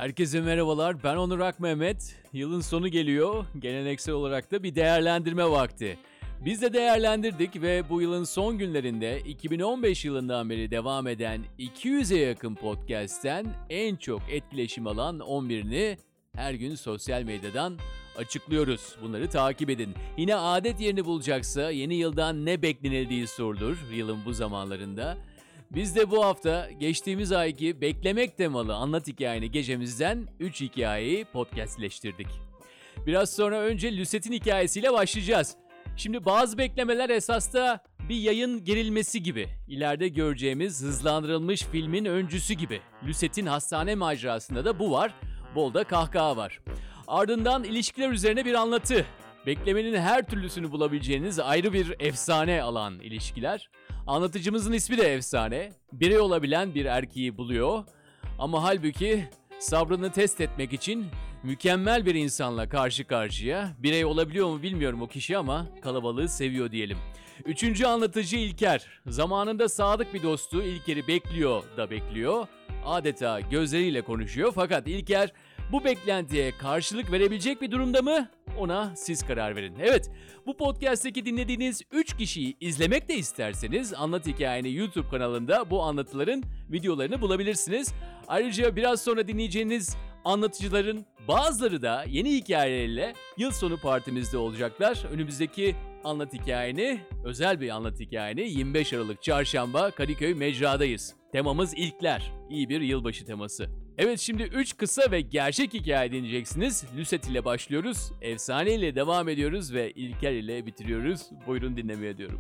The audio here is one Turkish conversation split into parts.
Herkese merhabalar, ben Onur Akmehmet. Yılın sonu geliyor, geleneksel olarak da bir değerlendirme vakti. Biz de değerlendirdik ve bu yılın son günlerinde 2015 yılından beri devam eden 200'e yakın podcast'ten en çok etkileşim alan 11'ini her gün sosyal medyadan açıklıyoruz. Bunları takip edin. Yine adet yerini bulacaksa yeni yıldan ne beklenildiği sorulur yılın bu zamanlarında. Biz de bu hafta geçtiğimiz ayki beklemek temalı anlat hikayeni gecemizden 3 hikayeyi podcastleştirdik. Biraz sonra önce Lucette'in hikayesiyle başlayacağız. Şimdi bazı beklemeler esasda bir yayın gerilmesi gibi. İleride göreceğimiz hızlandırılmış filmin öncüsü gibi. Lucette'in hastane macerasında da bu var. Bol da kahkaha var. Ardından ilişkiler üzerine bir anlatı. Beklemenin her türlüsünü bulabileceğiniz ayrı bir efsane alan ilişkiler. Anlatıcımızın ismi de efsane. Birey olabilen bir erkeği buluyor. Ama halbuki sabrını test etmek için mükemmel bir insanla karşı karşıya. Birey olabiliyor mu bilmiyorum o kişi ama kalabalığı seviyor diyelim. Üçüncü anlatıcı İlker. Zamanında sadık bir dostu İlker'i bekliyor. Adeta gözleriyle konuşuyor fakat İlker bu beklentiye karşılık verebilecek bir durumda mı? Ona siz karar verin. Evet, bu podcast'teki dinlediğiniz 3 kişiyi izlemek de isterseniz Anlat Hikayeni YouTube kanalında bu anlatıların videolarını bulabilirsiniz. Ayrıca biraz sonra dinleyeceğiniz anlatıcıların bazıları da yeni hikayeleriyle yıl sonu partimizde olacaklar. Önümüzdeki Anlat Hikayeni, özel bir Anlat Hikayeni 25 Aralık Çarşamba Kadıköy Mecra'dayız. Temamız ilkler. İyi bir yılbaşı teması. Evet, şimdi 3 kısa ve gerçek hikaye dinleyeceksiniz. Lucette ile başlıyoruz, efsane ile devam ediyoruz ve İlker ile bitiriyoruz. Buyurun dinlemeye diyorum.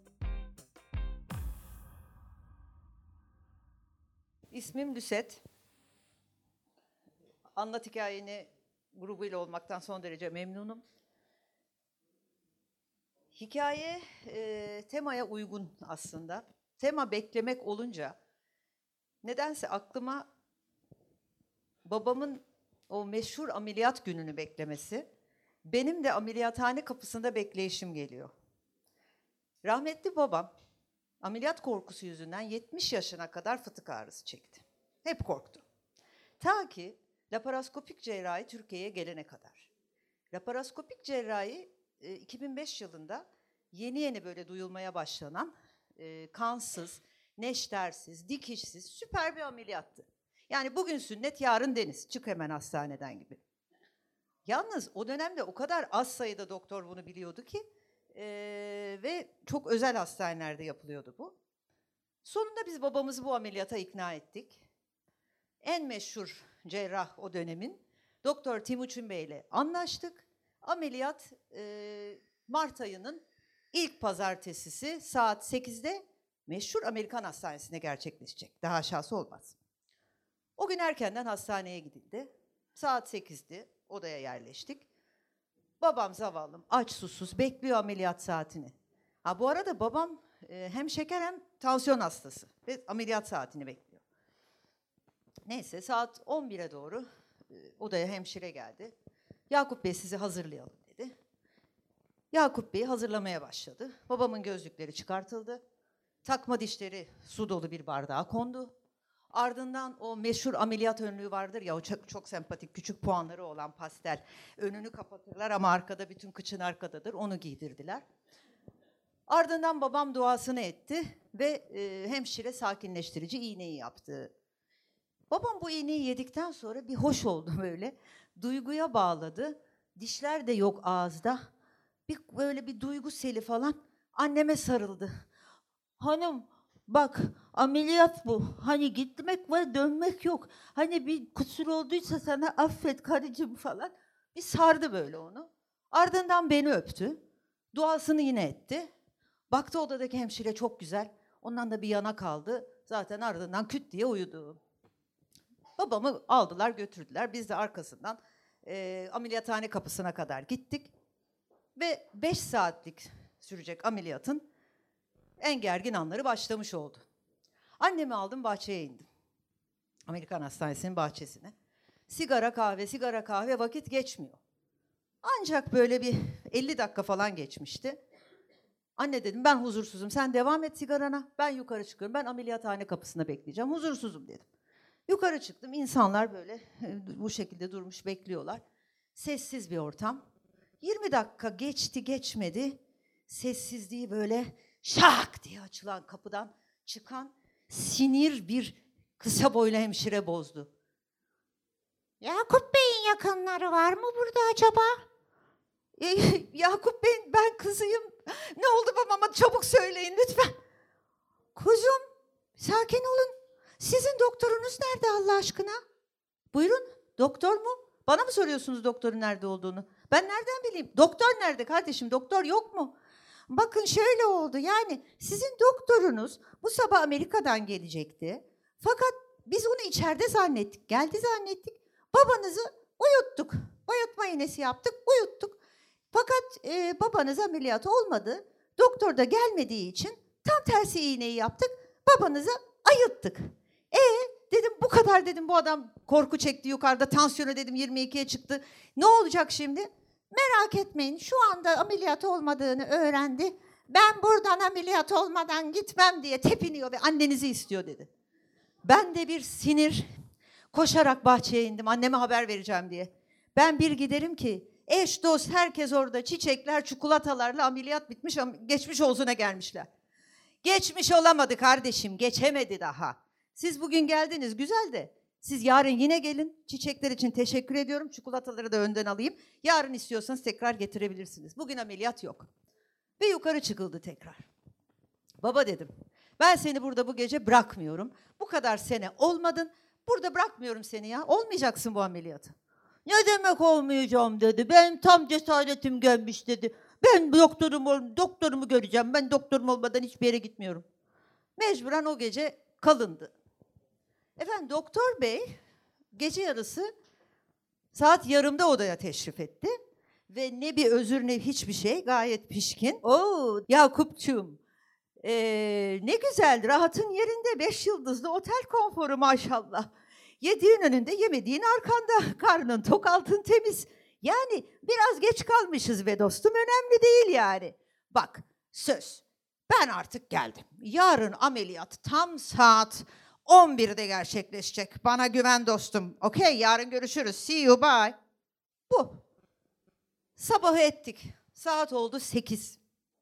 İsmim Lucette. Anlat Hikayeni grubuyla olmaktan son derece memnunum. Hikaye temaya uygun aslında. Tema beklemek olunca nedense aklıma babamın o meşhur ameliyat gününü beklemesi, benim de ameliyathane kapısında bekleyişim geliyor. Rahmetli babam ameliyat korkusu yüzünden 70 yaşına kadar fıtık ağrısı çekti. Hep korktu. Ta ki laparoskopik cerrahi Türkiye'ye gelene kadar. Laparoskopik cerrahi 2005 yılında yeni böyle duyulmaya başlanan kansız, neştersiz, dikişsiz süper bir ameliyattı. Yani bugün sünnet, yarın deniz. Çık hemen hastaneden gibi. Yalnız o dönemde o kadar az sayıda doktor bunu biliyordu ki ve çok özel hastanelerde yapılıyordu bu. Sonunda biz babamızı bu ameliyata ikna ettik. En meşhur cerrah o dönemin Doktor Timuçin Bey ile anlaştık. Ameliyat Mart ayının ilk pazartesisi saat 8'de meşhur Amerikan Hastanesi'nde gerçekleşecek. Daha aşağısı olmaz. O gün erkenden hastaneye gidildi. Saat 8'di, odaya yerleştik. Babam zavallım, aç susuz bekliyor ameliyat saatini. Bu arada babam hem şeker hem tansiyon hastası ve ameliyat saatini bekliyor. Neyse saat 11'e doğru odaya hemşire geldi. Yakup Bey sizi hazırlayalım dedi. Yakup Bey hazırlamaya başladı. Babamın gözlükleri çıkartıldı. Takma dişleri su dolu bir bardağa kondu. Ardından o meşhur ameliyat önlüğü vardır ya, o çok sempatik küçük puanları olan pastel. Önünü kapatırlar ama arkada bütün kıçın arkadadır. Onu giydirdiler. Ardından babam duasını etti ve hemşire sakinleştirici iğneyi yaptı. Babam bu iğneyi yedikten sonra bir hoş oldu böyle. Duyguya bağladı. Dişler de yok ağızda. Böyle bir duygu seli falan. Anneme sarıldı. Hanım bak ameliyat bu. Hani gitmek var dönmek yok. Hani bir kusur olduysa sana affet karıcığım falan. Bir sardı böyle onu. Ardından beni öptü. Duasını yine etti. Baktı odadaki hemşire çok güzel. Ondan da bir yana kaldı. Zaten ardından küt diye uyudu. Babamı aldılar götürdüler. Biz de arkasından ameliyathane kapısına kadar gittik. Ve 5 saatlik sürecek ameliyatın en gergin anları başlamış oldu. Annemi aldım, bahçeye indim. Amerikan Hastanesi'nin bahçesine. Sigara kahve vakit geçmiyor. Ancak böyle bir 50 dakika falan geçmişti. Anne dedim ben huzursuzum, sen devam et sigarana, ben yukarı çıkıyorum, ben ameliyathane kapısında bekleyeceğim, huzursuzum dedim. Yukarı çıktım. İnsanlar böyle bu şekilde durmuş bekliyorlar. Sessiz bir ortam. 20 dakika geçti geçmedi. Sessizliği böyle şak diye açılan kapıdan çıkan sinir bir kısa boylu hemşire bozdu. Yakup Bey'in yakınları var mı burada acaba? Yakup Bey'in ben kızıyım. Ne oldu babama çabuk söyleyin lütfen. Kuzum sakin olun. Sizin doktorunuz nerede Allah aşkına? Buyurun doktor mu? Bana mı soruyorsunuz doktorun nerede olduğunu? Ben nereden bileyim? Doktor nerede kardeşim? Doktor yok mu? Bakın şöyle oldu yani sizin doktorunuz bu sabah Amerika'dan gelecekti. Fakat biz onu içeride zannettik. Geldi zannettik. Babanızı uyuttuk. Bayıltma iğnesi yaptık, uyuttuk. Fakat babanız ameliyat olmadı. Doktor da gelmediği için tam tersi iğneyi yaptık. Babanızı ayılttık. Dedim bu kadar dedim bu adam korku çekti yukarıda. Tansiyonu dedim 22'ye çıktı. Ne olacak şimdi? Merak etmeyin şu anda ameliyat olmadığını öğrendi. Ben buradan ameliyat olmadan gitmem diye tepiniyor ve annenizi istiyor dedi. Ben de bir sinir koşarak bahçeye indim anneme haber vereceğim diye. Ben bir giderim ki eş dost herkes orada çiçekler çikolatalarla ameliyat bitmiş geçmiş olsuna gelmişler. Geçmiş olamadı kardeşim geçemedi daha. Siz bugün geldiniz güzel de siz yarın yine gelin. Çiçekler için teşekkür ediyorum. Çikolataları da önden alayım. Yarın istiyorsanız tekrar getirebilirsiniz. Bugün ameliyat yok. Ve yukarı çıkıldı tekrar. Baba dedim ben seni burada bu gece bırakmıyorum. Bu kadar sene olmadın. Burada bırakmıyorum seni ya. Olmayacaksın bu ameliyatı. Ne demek olmayacağım dedi. Ben tam cesaretim gelmiş dedi. Ben doktorumu göreceğim. Ben doktorum olmadan hiçbir yere gitmiyorum. Mecburen o gece kalındı. Efendim doktor bey gece yarısı saat yarımda odaya teşrif etti. Ve ne bir özür ne hiçbir şey gayet pişkin. Oo Yakup'cuğum ne güzel rahatın yerinde 5 yıldızlı otel konforu maşallah. Yediğin önünde yemediğin arkanda karnın tok altın temiz. Yani biraz geç kalmışız be dostum önemli değil yani. Bak söz ben artık geldim. Yarın ameliyat tam saat 11'de gerçekleşecek. Bana güven dostum. Okey yarın görüşürüz. See you bye. Bu. Sabahı ettik. Saat oldu 8.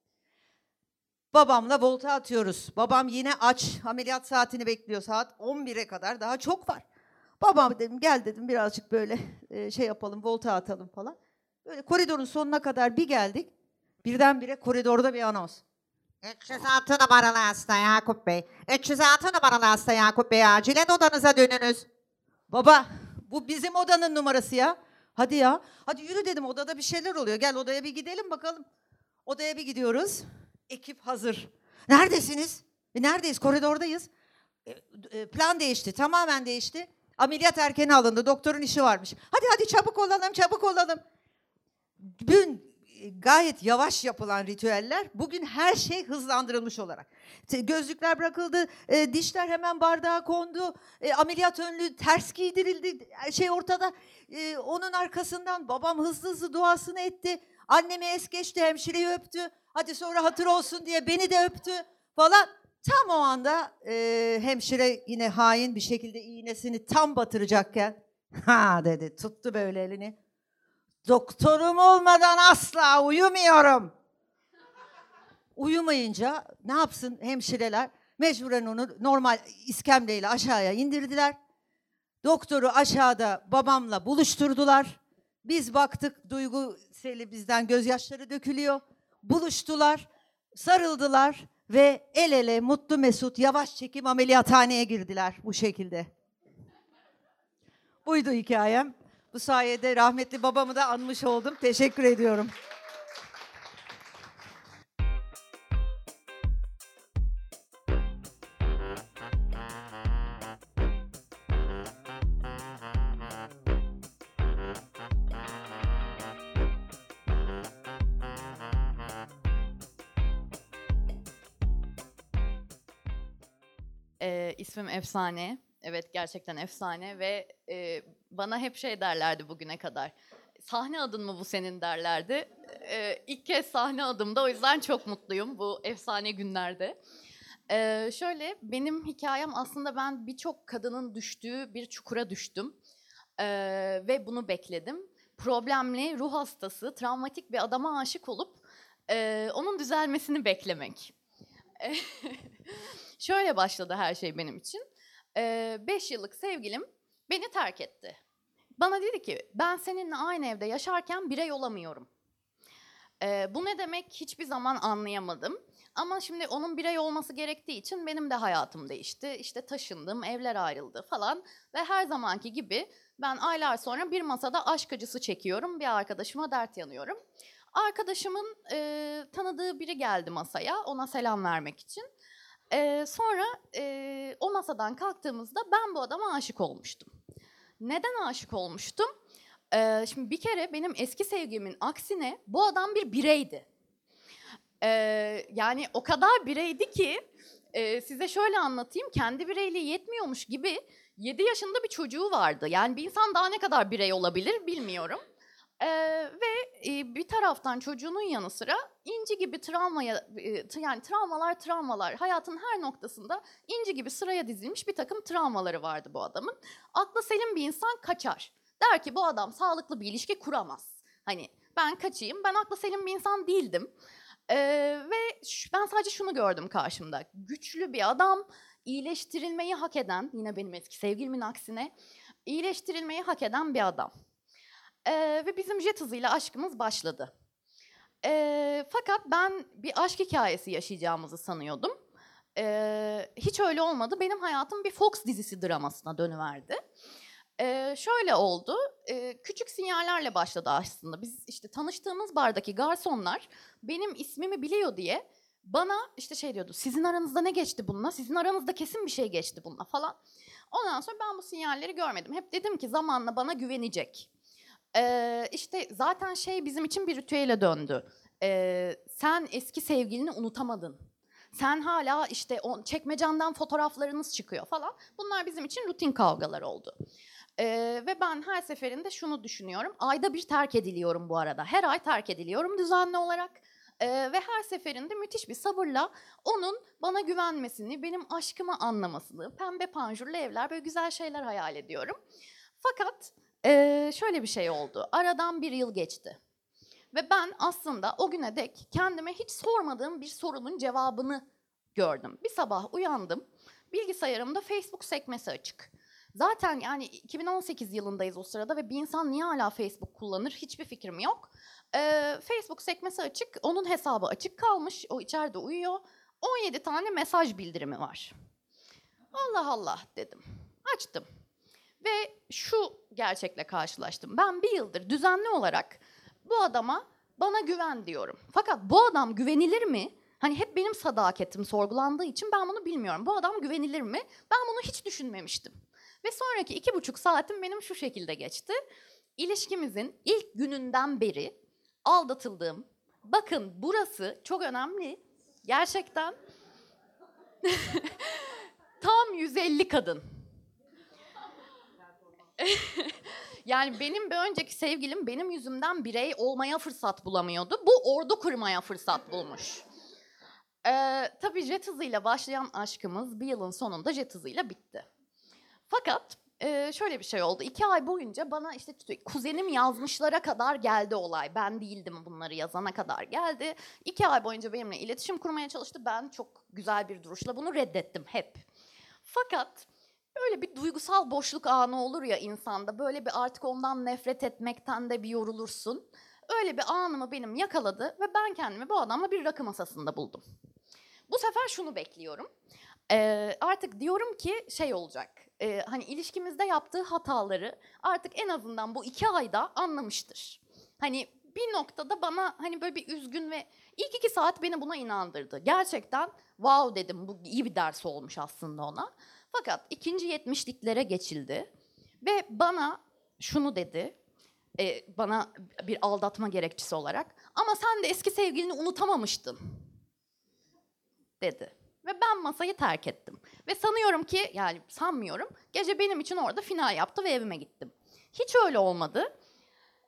Babamla volta atıyoruz. Babam yine aç. Ameliyat saatini bekliyor. Saat 11'e kadar daha çok var. Babam dedim gel dedim birazcık böyle şey yapalım volta atalım falan. Böyle koridorun sonuna kadar bir geldik. Birdenbire koridorda bir anons. 306 numaralı hasta Yakup Bey. 306 numaralı hasta Yakup Bey. Acilen odanıza dönünüz. Baba bu bizim odanın numarası ya. Hadi ya. Hadi yürü dedim odada bir şeyler oluyor. Gel odaya bir gidelim bakalım. Odaya bir gidiyoruz. Ekip hazır. Neredesiniz? Neredeyiz? Koridordayız. Plan değişti. Tamamen değişti. Ameliyat erkene alındı. Doktorun işi varmış. Hadi çabuk olalım çabuk olalım. Dün gayet yavaş yapılan ritüeller bugün her şey hızlandırılmış olarak. Gözlükler bırakıldı, dişler hemen bardağa kondu, ameliyat önlüğü ters giydirildi, her şey ortada. Onun arkasından babam hızlı duasını etti. Annemi es geçti, hemşireyi öptü. Hadi sonra hatır olsun diye beni de öptü falan. Tam o anda hemşire yine hain bir şekilde iğnesini tam batıracakken ha dedi tuttu böyle elini. Doktorum olmadan asla uyumuyorum. Uyumayınca ne yapsın hemşireler? Mecburen onu normal iskemleyle aşağıya indirdiler. Doktoru aşağıda babamla buluşturdular. Biz baktık Duygu Seli bizden gözyaşları dökülüyor. Buluştular, sarıldılar ve el ele mutlu mesut yavaş çekim ameliyathaneye girdiler bu şekilde. Buydu hikayem. Bu sayede rahmetli babamı da anmış oldum. Teşekkür ediyorum. İsmim Efsane. Evet gerçekten efsane ve bana hep şey derlerdi bugüne kadar. Sahne adın mı bu senin derlerdi. İlk kez sahne adımda o yüzden çok mutluyum bu efsane günlerde. Şöyle, benim hikâyem aslında ben birçok kadının düştüğü bir çukura düştüm. Ve bunu bekledim. Problemli, ruh hastası, travmatik bir adama aşık olup onun düzelmesini beklemek. Şöyle başladı her şey benim için. 5 yıllık sevgilim beni terk etti. Bana dedi ki, ben seninle aynı evde yaşarken birey olamıyorum. Bu ne demek hiçbir zaman anlayamadım. Ama şimdi onun birey olması gerektiği için benim de hayatım değişti. İşte taşındım, evler ayrıldı falan. Ve her zamanki gibi ben aylar sonra bir masada aşk acısı çekiyorum. Bir arkadaşıma dert yanıyorum. Arkadaşımın tanıdığı biri geldi masaya ona selam vermek için. Sonra o masadan kalktığımızda ben bu adama aşık olmuştum. Neden aşık olmuştum? Şimdi bir kere benim eski sevgilimin aksine bu adam bir bireydi. Yani o kadar bireydi ki size şöyle anlatayım. Kendi bireyliği yetmiyormuş gibi 7 yaşında bir çocuğu vardı. Yani bir insan daha ne kadar birey olabilir bilmiyorum. Ve bir taraftan çocuğunun yanı sıra inci gibi yani travmalar hayatın her noktasında inci gibi sıraya dizilmiş bir takım travmaları vardı bu adamın. Aklı selim bir insan kaçar. Der ki bu adam sağlıklı bir ilişki kuramaz. Hani ben kaçayım, ben aklı selim bir insan değildim. Ve ben sadece şunu gördüm karşımda. Güçlü bir adam, iyileştirilmeyi hak eden, yine benim eski sevgilimin aksine, iyileştirilmeyi hak eden bir adam. Ve bizim jet hızıyla aşkımız başladı. Fakat ben bir aşk hikayesi yaşayacağımızı sanıyordum. Hiç öyle olmadı. Benim hayatım bir Fox dizisi dramasına dönüverdi. Şöyle oldu, küçük sinyallerle başladı aslında. Biz işte tanıştığımız bardaki garsonlar benim ismimi biliyor diye bana işte şey diyordu, sizin aranızda ne geçti bununla, sizin aranızda kesin bir şey geçti bununla falan. Ondan sonra ben bu sinyalleri görmedim. Hep dedim ki zamanla bana güvenecek. İşte zaten şey bizim için bir ritüele döndü. Sen eski sevgilini unutamadın. Sen hala işte çekmecenden fotoğraflarınız çıkıyor falan. Bunlar bizim için rutin kavgalar oldu. Ve ben her seferinde şunu düşünüyorum. Ayda bir terk ediliyorum bu arada. Her ay terk ediliyorum düzenli olarak. Ve her seferinde müthiş bir sabırla onun bana güvenmesini, benim aşkımı anlamasını, pembe panjurlu evler, böyle güzel şeyler hayal ediyorum. Fakat şöyle bir şey oldu. Aradan 1 yıl geçti. Ve ben aslında o güne dek kendime hiç sormadığım bir sorunun cevabını gördüm. Bir sabah uyandım, bilgisayarımda Facebook sekmesi açık. Zaten yani 2018 yılındayız o sırada ve bir insan niye hala Facebook kullanır hiçbir fikrim yok. Facebook sekmesi açık, onun hesabı açık kalmış, o içeride uyuyor. 17 tane mesaj bildirimi var. Allah Allah dedim, açtım. Ve şu gerçekle karşılaştım. Ben 1 yıldır düzenli olarak bu adama bana güven diyorum. Fakat bu adam güvenilir mi? Hani hep benim sadakatim sorgulandığı için ben bunu bilmiyorum. Bu adam güvenilir mi? Ben bunu hiç düşünmemiştim. Ve sonraki 2,5 saatim benim şu şekilde geçti. İlişkimizin ilk gününden beri aldatıldığım, bakın burası çok önemli, gerçekten tam 150 kadın. Yani benim bir önceki sevgilim benim yüzümden birey olmaya fırsat bulamıyordu. Bu ordu kurmaya fırsat bulmuş. Tabii jet hızıyla başlayan aşkımız 1 yılın sonunda jet hızıyla bitti. Fakat şöyle bir şey oldu. 2 ay boyunca bana işte kuzenim yazmışlara kadar geldi olay. Ben değildim bunları yazana kadar geldi. 2 ay boyunca benimle iletişim kurmaya çalıştı. Ben çok güzel bir duruşla bunu reddettim hep. Fakat böyle bir duygusal boşluk anı olur ya insanda. Böyle bir artık ondan nefret etmekten de bir yorulursun. Öyle bir anımı benim yakaladı ve ben kendimi bu adamla bir rakı masasında buldum. Bu sefer şunu bekliyorum. Artık diyorum ki şey olacak. Hani ilişkimizde yaptığı hataları artık en azından bu 2 ayda anlamıştır. Hani bir noktada bana hani böyle bir üzgün ve ilk 2 saat beni buna inandırdı. Gerçekten wow dedim, bu iyi bir ders olmuş aslında ona. Fakat ikinci 70'liklere geçildi ve bana şunu dedi, bana bir aldatma gerekçesi olarak, ama sen de eski sevgilini unutamamıştın dedi. Ve ben masayı terk ettim. Ve sanıyorum ki, yani sanmıyorum, gece benim için orada final yaptı ve evime gittim. Hiç öyle olmadı.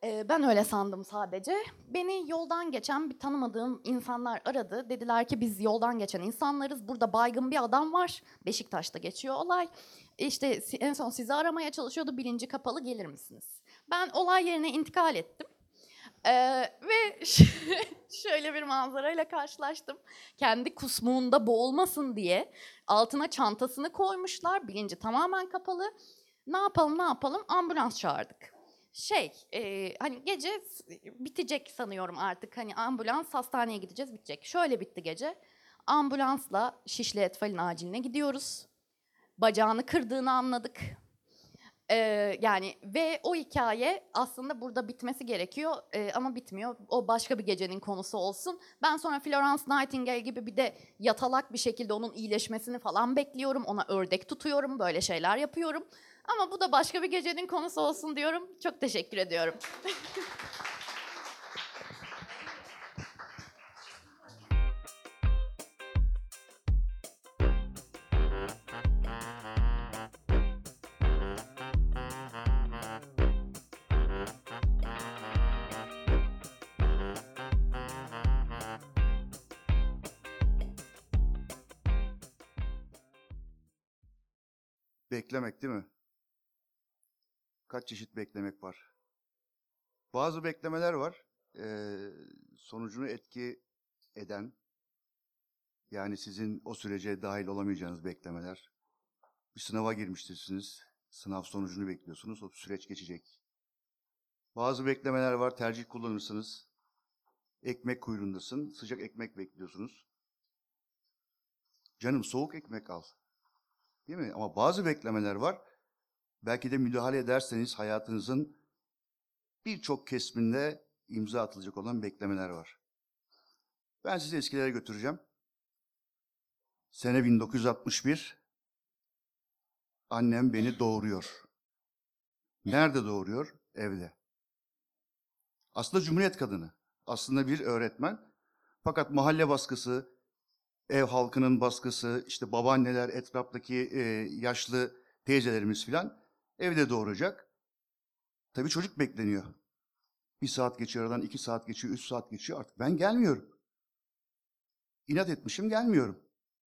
Ben öyle sandım sadece. Beni yoldan geçen bir tanımadığım insanlar aradı. Dediler ki biz yoldan geçen insanlarız. Burada baygın bir adam var. Beşiktaş'ta geçiyor olay. İşte en son sizi aramaya çalışıyordu. Bilinci kapalı, gelir misiniz? Ben olay yerine intikal ettim. Ve şöyle bir manzarayla karşılaştım. Kendi kusmuğunda boğulmasın diye altına çantasını koymuşlar. Bilinci tamamen kapalı. Ne yapalım? Ambulans çağırdık. Hani gece bitecek sanıyorum artık. Hani ambulans, hastaneye gideceğiz, bitecek. Şöyle bitti gece. Ambulansla Şişli Etfal'in aciline gidiyoruz. Bacağını kırdığını anladık. Yani ve o hikaye aslında burada bitmesi gerekiyor ama bitmiyor. O başka bir gecenin konusu olsun. Ben sonra Florence Nightingale gibi bir de yatalak bir şekilde onun iyileşmesini falan bekliyorum. Ona ördek tutuyorum, böyle şeyler yapıyorum. Ama bu da başka bir gecenin konusu olsun diyorum. Çok teşekkür ediyorum. Beklemek değil mi? Kaç çeşit beklemek var? Bazı beklemeler var, sonucunu etki eden, yani sizin o sürece dahil olamayacağınız beklemeler. Bir sınava girmiştirsiniz, sınav sonucunu bekliyorsunuz, o süreç geçecek. Bazı beklemeler var, tercih kullanırsınız. Ekmek kuyruğundasın, sıcak ekmek bekliyorsunuz. Canım soğuk ekmek al, değil mi? Ama bazı beklemeler var, belki de müdahale ederseniz hayatınızın birçok kesiminde imza atılacak olan beklemeler var. Ben sizi eskilere götüreceğim. Sene 1961. Annem beni doğuruyor. Nerede doğuruyor? Evde. Aslında Cumhuriyet kadını. Aslında bir öğretmen. Fakat mahalle baskısı, ev halkının baskısı, işte babaanneler, etraftaki yaşlı teyzelerimiz filan evde doğuracak. Tabii çocuk bekleniyor. 1 saat geçiyor aradan, 2 saat geçiyor, 3 saat geçiyor. Artık ben gelmiyorum. İnat etmişim, gelmiyorum.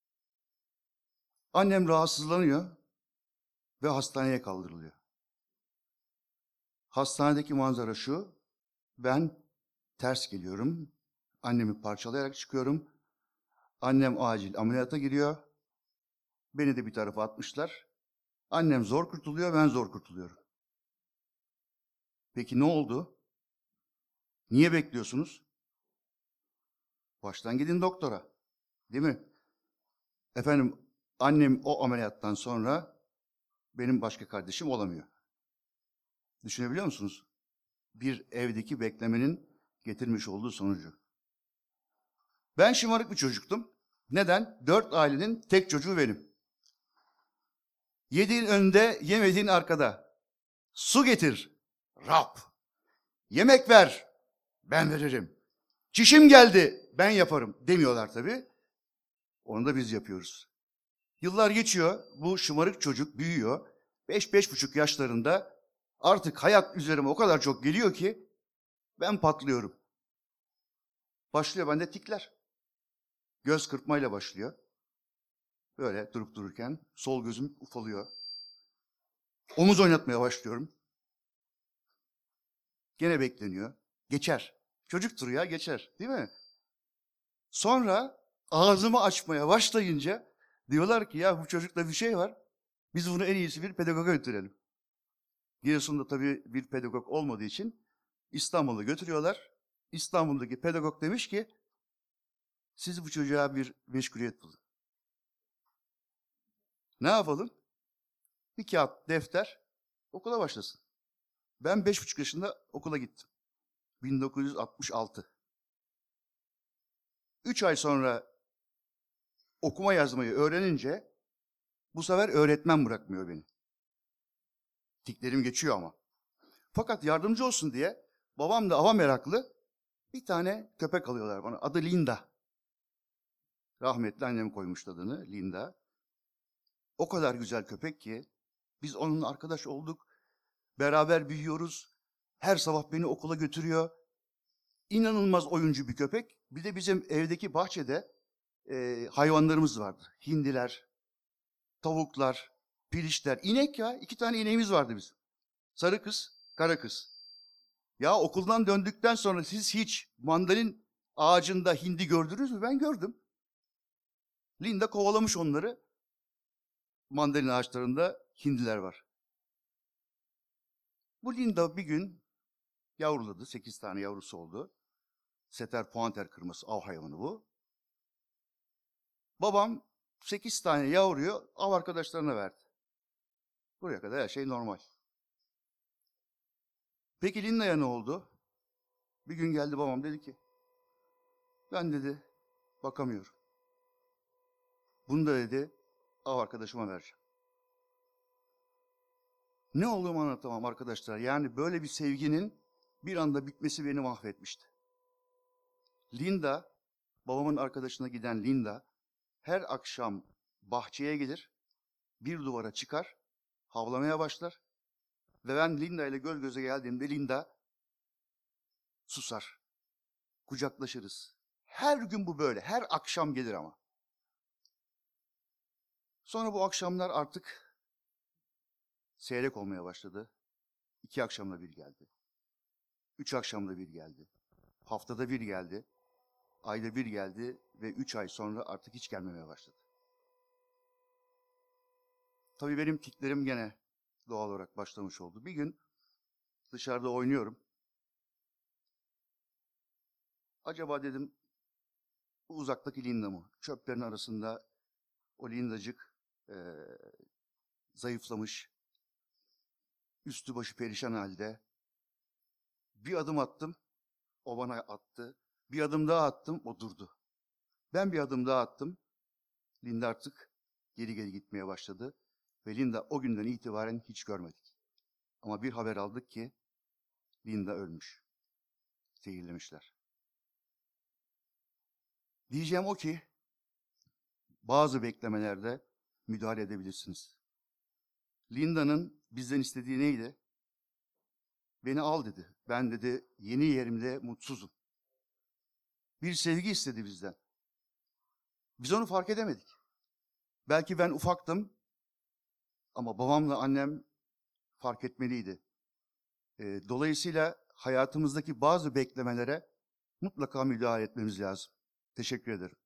Annem rahatsızlanıyor ve hastaneye kaldırılıyor. Hastanedeki manzara şu, ben ters geliyorum, annemi parçalayarak çıkıyorum. Annem acil ameliyata giriyor, beni de bir tarafa atmışlar. Annem zor kurtuluyor, ben zor kurtuluyorum. Peki ne oldu? Niye bekliyorsunuz? Baştan gidin doktora, değil mi? Efendim, annem o ameliyattan sonra benim başka kardeşim olamıyor. Düşünebiliyor musunuz? Bir evdeki beklemenin getirmiş olduğu sonucu. Ben şımarık bir çocuktum. Neden? 4 ailenin tek çocuğu benim. Yediğin önde, yemediğin arkada. Su getir, Rab. Yemek ver, ben veririm. Çişim geldi, ben yaparım demiyorlar tabii. Onu da biz yapıyoruz. Yıllar geçiyor, bu şımarık çocuk büyüyor. 5-5,5 yaşlarında artık hayat üzerime o kadar çok geliyor ki ben patlıyorum. Başlıyor bende tikler. Göz kırpmayla başlıyor. Böyle durup dururken sol gözüm ufalıyor. Omuz oynatmaya başlıyorum. Gene bekleniyor. Geçer. Çocuktur ya, geçer, değil mi? Sonra ağzımı açmaya başlayınca diyorlar ki ya bu çocukta bir şey var. Biz bunu en iyisi bir pedagoga götürelim. Giresun'da tabii bir pedagog olmadığı için İstanbul'a götürüyorlar. İstanbul'daki pedagog demiş ki siz bu çocuğa bir meşguliyet bulun. Ne yapalım? Bir kağıt, defter, okula başlasın. Ben 5,5 yaşında okula gittim. 1966. 3 ay sonra okuma yazmayı öğrenince bu sefer öğretmen bırakmıyor beni. Tiklerim geçiyor ama. Fakat yardımcı olsun diye babam da ava meraklı bir tane köpek alıyorlar bana. Adı Linda. Rahmetli annem koymuştu adını Linda. O kadar güzel köpek ki biz onunla arkadaş olduk. Beraber büyüyoruz. Her sabah beni okula götürüyor. İnanılmaz oyuncu bir köpek. Bir de bizim evdeki bahçede hayvanlarımız vardı. Hindiler, tavuklar, pilişler, inek ya. 2 tane ineğimiz vardı bizim. Sarı kız, kara kız. Ya okuldan döndükten sonra siz hiç mandalin ağacında hindi gördünüz mü? Ben gördüm. Linda kovalamış onları. Mandalin ağaçlarında hindiler var. Bu Linda bir gün yavruladı. 8 tane yavrusu oldu. Setter puanter kırması av hayvanı bu. Babam 8 tane yavruyu av arkadaşlarına verdi. Buraya kadar her şey normal. Peki Linda'ya ne oldu? Bir gün geldi babam dedi ki, ben dedi bakamıyorum. Bunu da dedi av arkadaşıma vereceğim. Ne olduğumu anlatamam arkadaşlar. Yani böyle bir sevginin bir anda bitmesi beni mahvetmişti. Linda, babamın arkadaşına giden Linda, her akşam bahçeye gelir, bir duvara çıkar, havlamaya başlar ve ben Linda ile göz göze geldiğimde Linda susar. Kucaklaşırız. Her gün bu böyle, her akşam gelir ama. Sonra bu akşamlar artık seyrek olmaya başladı. 2 akşamda bir geldi. 3 akşamda bir geldi. Haftada bir geldi. Ayda bir geldi ve 3 ay sonra artık hiç gelmemeye başladı. Tabii benim tiklerim gene doğal olarak başlamış oldu. Bir gün dışarıda oynuyorum. Acaba dedim bu uzaktaki Linda mı? Çöplerin arasında o Lindacık zayıflamış, üstü başı perişan halde. Bir adım attım, o bana attı. Bir adım daha attım, o durdu. Ben bir adım daha attım, Linda artık geri geri gitmeye başladı. Ve Linda o günden itibaren hiç görmedik. Ama bir haber aldık ki Linda ölmüş. Zehirlemişler. Diyeceğim o ki bazı beklemelerde müdahale edebilirsiniz. Linda'nın bizden istediği neydi? Beni al dedi. Ben dedi yeni yerimde mutsuzum. Bir sevgi istedi bizden. Biz onu fark edemedik. Belki ben ufaktım ama babamla annem fark etmeliydi. Dolayısıyla hayatımızdaki bazı beklemelere mutlaka müdahale etmemiz lazım. Teşekkür ederim.